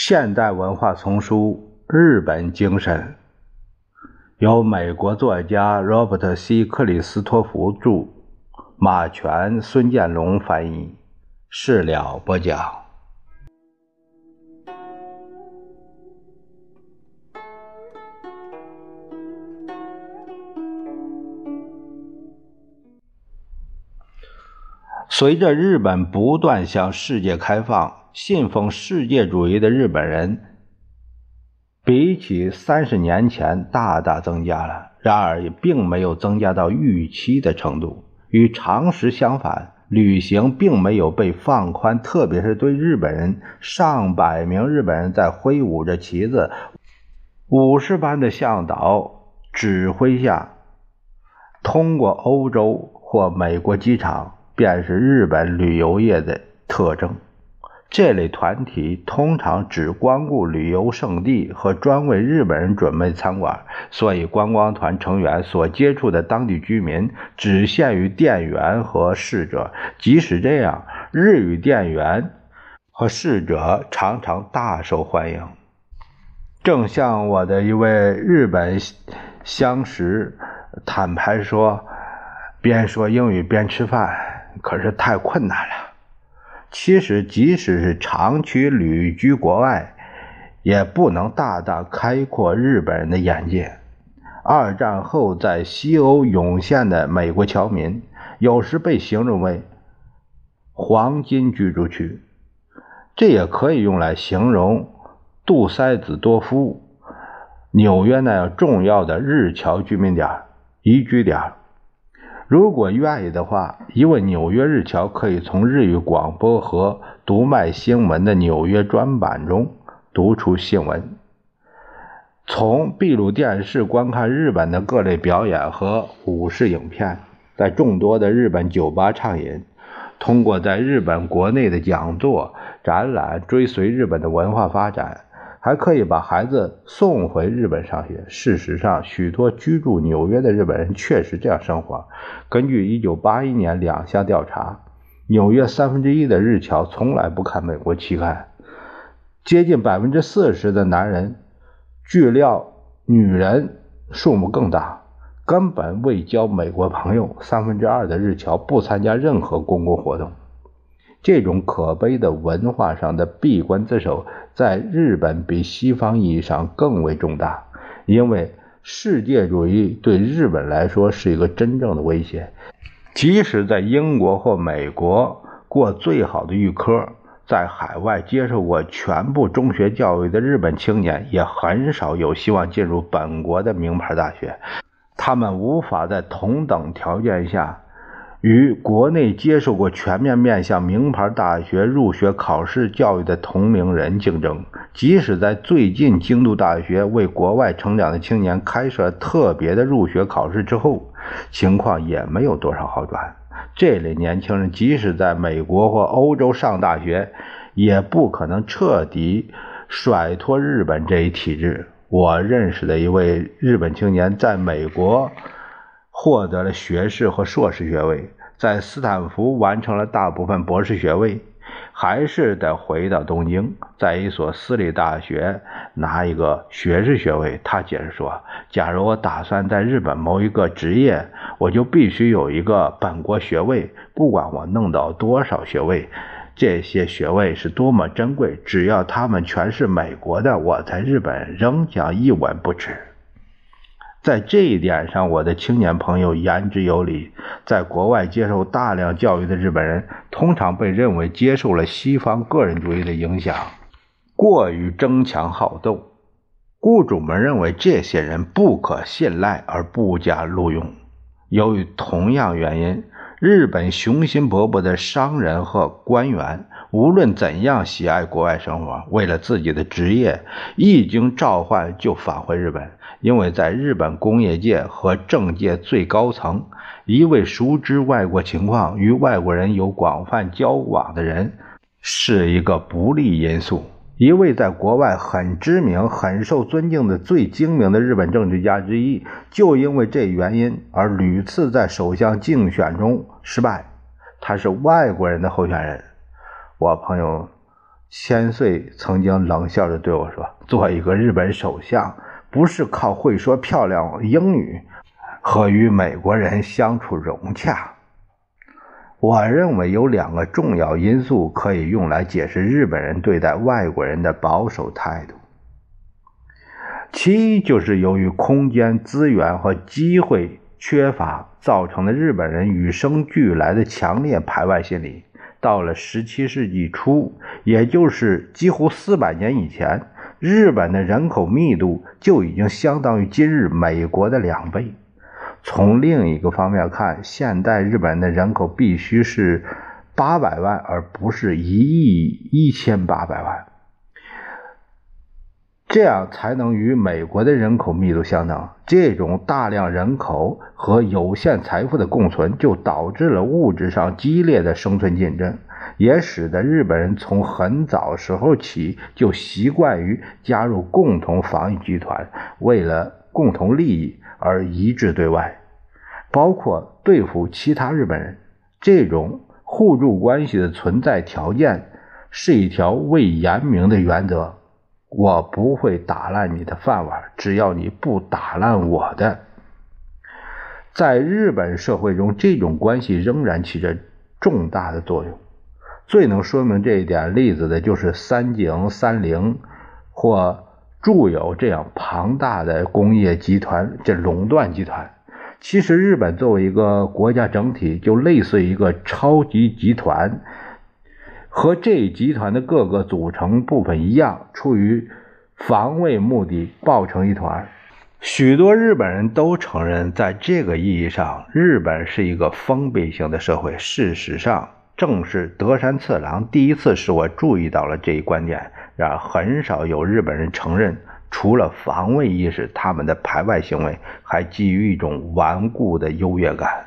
现代文化丛书《日本精神》，由美国作家罗伯特 ·C. 克里斯托弗著，马全、孙建龙翻译，事了播讲。随着日本不断向世界开放，信奉世界主义的日本人比起30年前大大增加了，然而也并没有增加到预期的程度。与常识相反，旅行并没有被放宽，特别是对日本人，上百名日本人在挥舞着旗子、武士般的向导指挥下，通过欧洲或美国机场，便是日本旅游业的特征。这类团体通常只光顾旅游胜地和专为日本人准备的餐馆，所以观光团成员所接触的当地居民只限于店员和侍者。即使这样，日语店员和侍者常常大受欢迎。正像我的一位日本相识坦白说，边说英语边吃饭可是太困难了。其实即使是长期旅居国外，也不能大大开阔日本人的眼界。二战后在西欧涌现的美国侨民，有时被形容为黄金居住区，这也可以用来形容杜塞子多夫、纽约那样重要的日侨居民点、移居点。如果愿意的话，一位纽约日侨可以从日语广播和读卖新闻的纽约专版中读出新闻，从闭路电视观看日本的各类表演和武士影片，在众多的日本酒吧畅饮，通过在日本国内的讲座、展览追随日本的文化发展，还可以把孩子送回日本上学。事实上，许多居住纽约的日本人确实这样生活。根据1981年2项调查，纽约1/3的日侨从来不看美国期刊，接近40%的男人，据料女人数目更大，根本未交美国朋友。2/3的日侨不参加任何公共活动。这种可悲的文化上的闭关自守，在日本比西方意义上更为重大，因为世界主义对日本来说是一个真正的威胁。即使在英国或美国过最好的预科，在海外接受过全部中学教育的日本青年也很少有希望进入本国的名牌大学。他们无法在同等条件下与国内接受过全面面向名牌大学入学考试教育的同龄人竞争。即使在最近京都大学为国外成长的青年开设特别的入学考试之后，情况也没有多少好转。这类年轻人即使在美国或欧洲上大学，也不可能彻底甩脱日本这一体制。我认识的一位日本青年在美国获得了学士和硕士学位，在斯坦福完成了大部分博士学位，还是得回到东京，在一所私立大学拿一个学士学位。他解释说，假如我打算在日本谋一个职业，我就必须有一个本国学位，不管我弄到多少学位，这些学位是多么珍贵，只要他们全是美国的，我在日本仍将一文不值。在这一点上，我的青年朋友言之有理。在国外接受大量教育的日本人，通常被认为接受了西方个人主义的影响，过于争强好斗。雇主们认为这些人不可信赖而不加录用。由于同样原因，日本雄心勃勃的商人和官员，无论怎样喜爱国外生活，为了自己的职业，一经召唤就返回日本。因为在日本工业界和政界最高层，一位熟知外国情况、与外国人有广泛交往的人是一个不利因素。一位在国外很知名、很受尊敬的最精明的日本政治家之一，就因为这原因而屡次在首相竞选中失败。他是外国人的候选人。我朋友千岁曾经冷笑着对我说，做一个日本首相不是靠会说漂亮英语和与美国人相处融洽。我认为有2个重要因素可以用来解释日本人对待外国人的保守态度。其一就是由于空间资源和机会缺乏造成的日本人与生俱来的强烈排外心理。到了17世纪初，也就是几乎400年以前，日本的人口密度就已经相当于今日美国的2倍。从另一个方面看，现代日本人的人口必须是800万，而不是1.18亿万，这样才能与美国的人口密度相等。这种大量人口和有限财富的共存，就导致了物质上激烈的生存竞争，也使得日本人从很早时候起就习惯于加入共同防御集团，为了共同利益而一致对外，包括对付其他日本人。这种互助关系的存在条件是一条未言明的原则，我不会打烂你的饭碗，只要你不打烂我的。在日本社会中，这种关系仍然起着重大的作用。最能说明这一点例子的就是三井、三菱或住友这样庞大的工业集团，这垄断集团。其实日本作为一个国家整体，就类似于一个超级集团，和这一集团的各个组成部分一样，出于防卫目的抱成一团。许多日本人都承认，在这个意义上，日本是一个封闭性的社会。事实上，正是德山次郎第一次使我注意到了这一观点。然而，很少有日本人承认，除了防卫意识，他们的排外行为还基于一种顽固的优越感。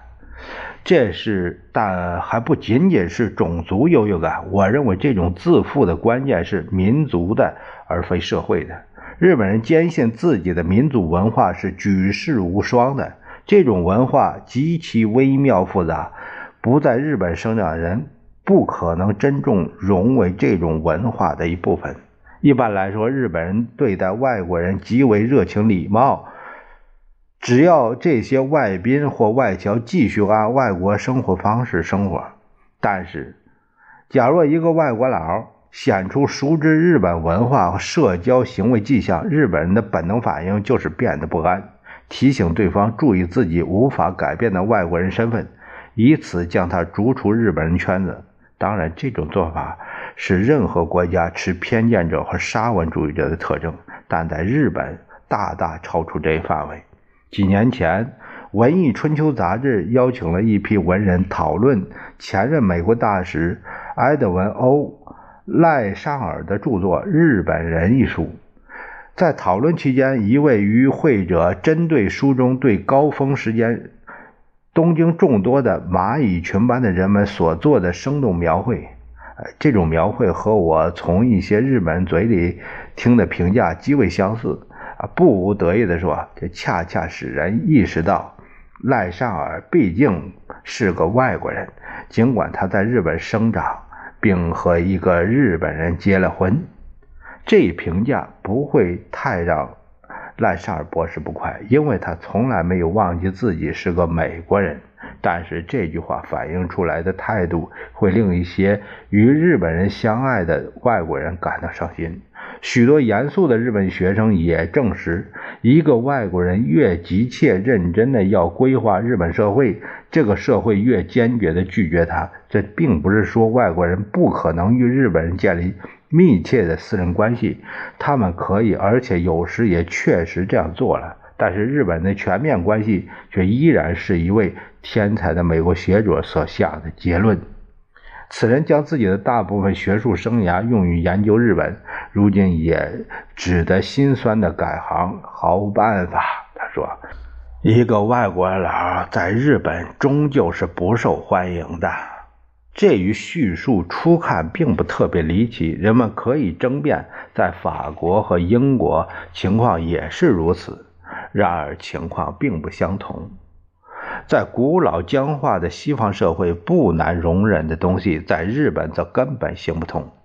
但还不仅仅是种族优越感。我认为这种自负的关键是民族的，而非社会的。日本人坚信自己的民族文化是举世无双的，这种文化极其微妙复杂，不在日本生长的人不可能真正融为这种文化的一部分。一般来说，日本人对待外国人极为热情礼貌，只要这些外宾或外侨继续按外国生活方式生活。但是假若一个外国佬显出熟知日本文化和社交行为迹象，日本人的本能反应就是变得不安，提醒对方注意自己无法改变的外国人身份，以此将他逐出日本人圈子。当然，这种做法是任何国家持偏见者和沙文主义者的特征，但在日本大大超出这一范围。几年前，文艺春秋杂志邀请了一批文人讨论前任美国大使埃德文·欧·赖尚尔的著作《日本人》一书。在讨论期间，一位与会者针对书中对高峰时间东京众多的蚂蚁群般的人们所做的生动描绘，这种描绘和我从一些日本人嘴里听的评价极为相似。不无得意地说，这恰恰使人意识到赖尚尔毕竟是个外国人，尽管他在日本生长并和一个日本人结了婚。这一评价不会太让赖尚尔博士不快，因为他从来没有忘记自己是个美国人。但是这句话反映出来的态度会令一些与日本人相爱的外国人感到伤心。许多严肃的日本学生也证实，一个外国人越急切认真的要规划日本社会，这个社会越坚决的拒绝他。这并不是说外国人不可能与日本人建立密切的私人关系，他们可以，而且有时也确实这样做了。但是日本的全面关系却依然是一位天才的美国学者所下的结论。此人将自己的大部分学术生涯用于研究日本，如今也只得心酸的改行，毫无办法。他说，一个外国佬在日本终究是不受欢迎的。这与叙述初看并不特别离奇，人们可以争辩，在法国和英国情况也是如此。然而情况并不相同。在古老僵化的西方社会不难容忍的东西，在日本则根本行不通。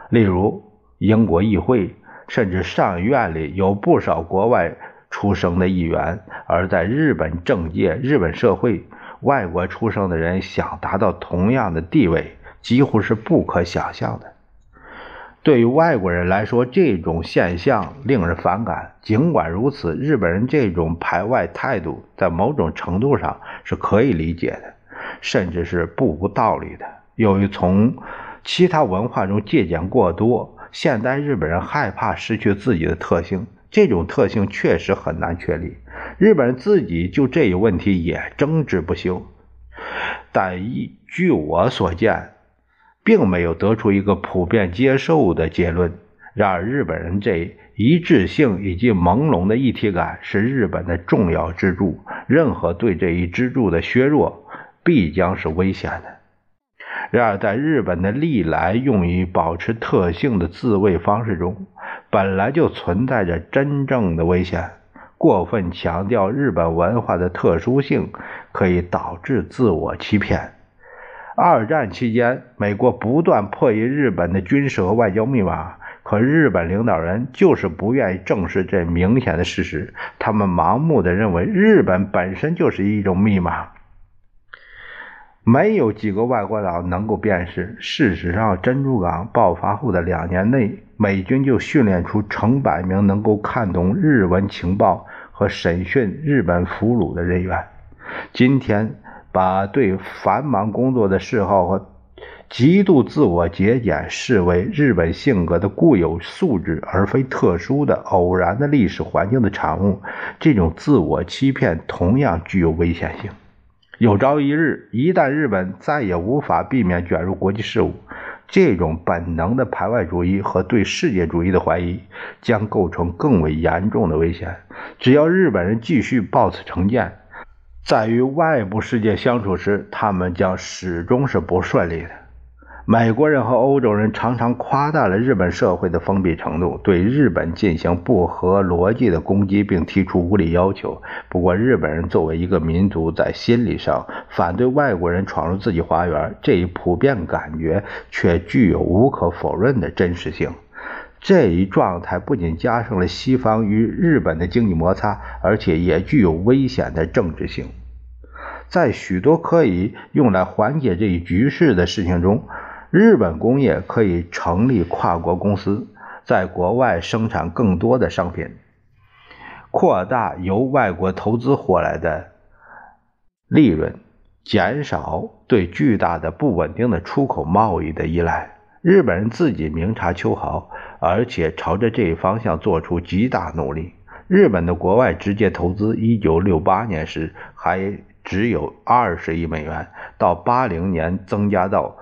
例如英国议会甚至上院里有不少国外出生的议员，而在日本政界、日本社会，外国出生的人想达到同样的地位几乎是不可想象的。对于外国人来说，这种现象令人反感。尽管如此，日本人这种排外态度在某种程度上是可以理解的，甚至是不无道理的。由于从其他文化中借鉴过多，现代日本人害怕失去自己的特性，这种特性确实很难确立。日本人自己就这一问题也争执不休，但据我所见，并没有得出一个普遍接受的结论。然而日本人这一致性以及朦胧的一体感是日本的重要支柱，任何对这一支柱的削弱必将是危险的。然而在日本的历来用于保持特性的自卫方式中，本来就存在着真正的危险。过分强调日本文化的特殊性可以导致自我欺骗。二战期间，美国不断破译日本的军事和外交密码，可日本领导人就是不愿意正视这明显的事实，他们盲目地认为日本本身就是一种密码。没有几个外国佬能够辨识。事实上，珍珠港爆发后的2年内，美军就训练出成百名能够看懂日文情报和审讯日本俘虏的人员。今天把对繁忙工作的嗜好和极度自我节俭视为日本性格的固有素质，而非特殊的偶然的历史环境的产物，这种自我欺骗同样具有危险性。有朝一日，一旦日本再也无法避免卷入国际事务，这种本能的排外主义和对世界主义的怀疑将构成更为严重的危险。只要日本人继续抱此成见，在与外部世界相处时，他们将始终是不顺利的。美国人和欧洲人常常夸大了日本社会的封闭程度，对日本进行不合逻辑的攻击，并提出无理要求。不过日本人作为一个民族，在心理上反对外国人闯入自己花园，这一普遍感觉却具有无可否认的真实性。这一状态不仅加深了西方与日本的经济摩擦，而且也具有危险的政治性。在许多可以用来缓解这一局势的事情中，日本工业可以成立跨国公司，在国外生产更多的商品，扩大由外国投资获来的利润，减少对巨大的不稳定的出口贸易的依赖。日本人自己明察秋毫，而且朝着这一方向做出极大努力。日本的国外直接投资1968年时还只有20亿美元，到80年增加到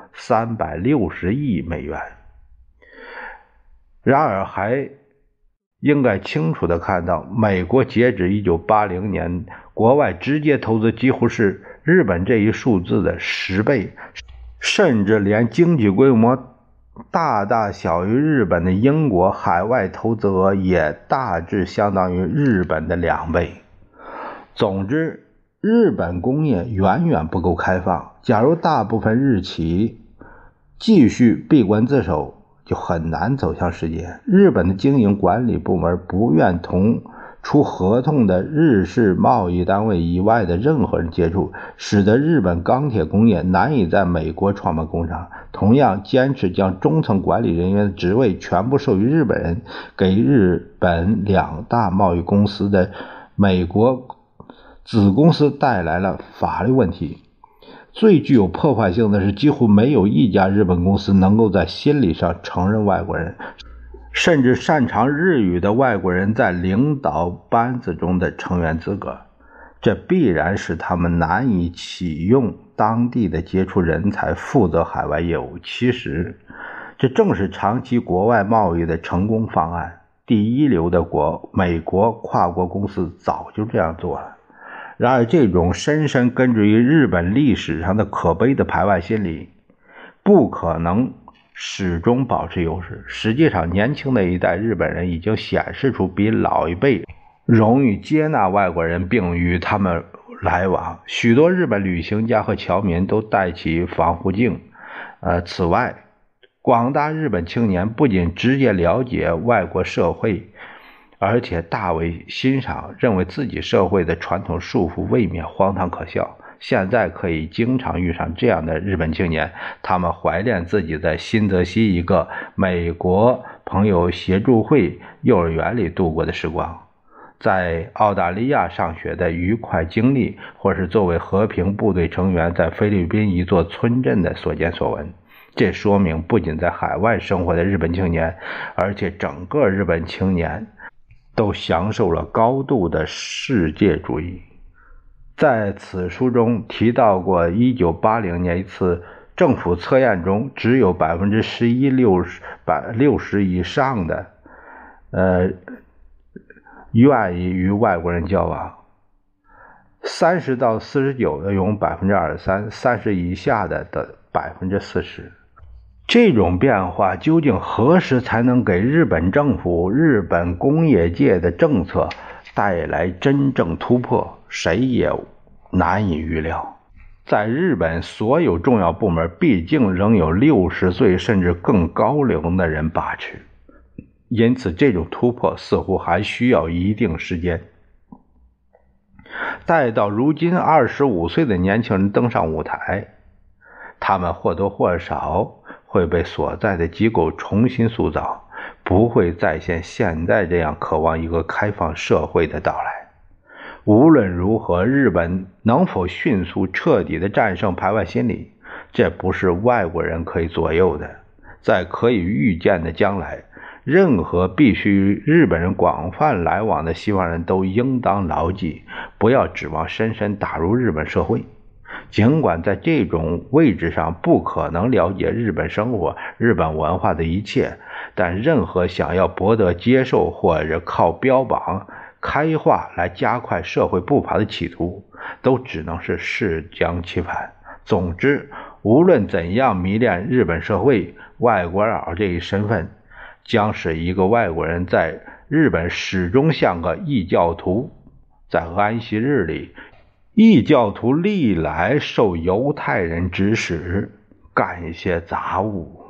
360亿美元。然而还应该清楚地看到，美国截止1980年，国外直接投资几乎是日本这一数字的10倍，甚至连经济规模大大小于日本的英国海外投资额也大致相当于日本的2倍。总之，日本工业远远不够开放。假如大部分日企继续闭关自守，就很难走向世界。日本的经营管理部门不愿同出合同的日式贸易单位以外的任何人接触，使得日本钢铁工业难以在美国创办工厂。同样坚持将中层管理人员的职位全部授予日本人，给日本2大贸易公司的美国子公司带来了法律问题。最具有破坏性的是，几乎没有一家日本公司能够在心理上承认外国人，甚至擅长日语的外国人在领导班子中的成员资格。这必然使他们难以启用当地的杰出人才负责海外业务。其实这正是长期国外贸易的成功方案。第一流的美国跨国公司早就这样做了。然而这种深深根植于日本历史上的可悲的排外心理不可能始终保持优势。实际上，年轻的一代日本人已经显示出比老一辈容易接纳外国人并与他们来往。许多日本旅行家和侨民都戴起防护镜。此外， 广大日本青年不仅直接了解外国社会，而且大为欣赏，认为自己社会的传统束缚未免荒唐可笑。现在可以经常遇上这样的日本青年，他们怀念自己在新泽西一个美国朋友协助会幼儿园里度过的时光，在澳大利亚上学的愉快经历，或是作为和平部队成员在菲律宾一座村镇的所见所闻。这说明不仅在海外生活的日本青年，而且整个日本青年都享受了高度的世界主义。在此书中提到过1980年一次政府测验中，只有11%60%以上的愿意与外国人交往，30到49的用23%，30以下的40%。这种变化究竟何时才能给日本政府、日本工业界的政策带来真正突破，谁也难以预料。在日本，所有重要部门毕竟仍有60岁甚至更高龄的人把持，因此这种突破似乎还需要一定时间。待到如今25岁的年轻人登上舞台，他们或多或少会被所在的机构重新塑造，不会再像现在这样渴望一个开放社会的到来。无论如何，日本能否迅速彻底地战胜排外心理，这不是外国人可以左右的。在可以预见的将来，任何必须与日本人广泛来往的西方人都应当牢记，不要指望深深打入日本社会。尽管在这种位置上不可能了解日本生活、日本文化的一切，但任何想要博得接受或者靠标榜开化来加快社会步伐的企图，都只能是适将其反。总之，无论怎样迷恋日本社会，外国佬这一身份将使一个外国人在日本始终像个异教徒。在安息日里，异教徒历来受犹太人指使干一些杂物。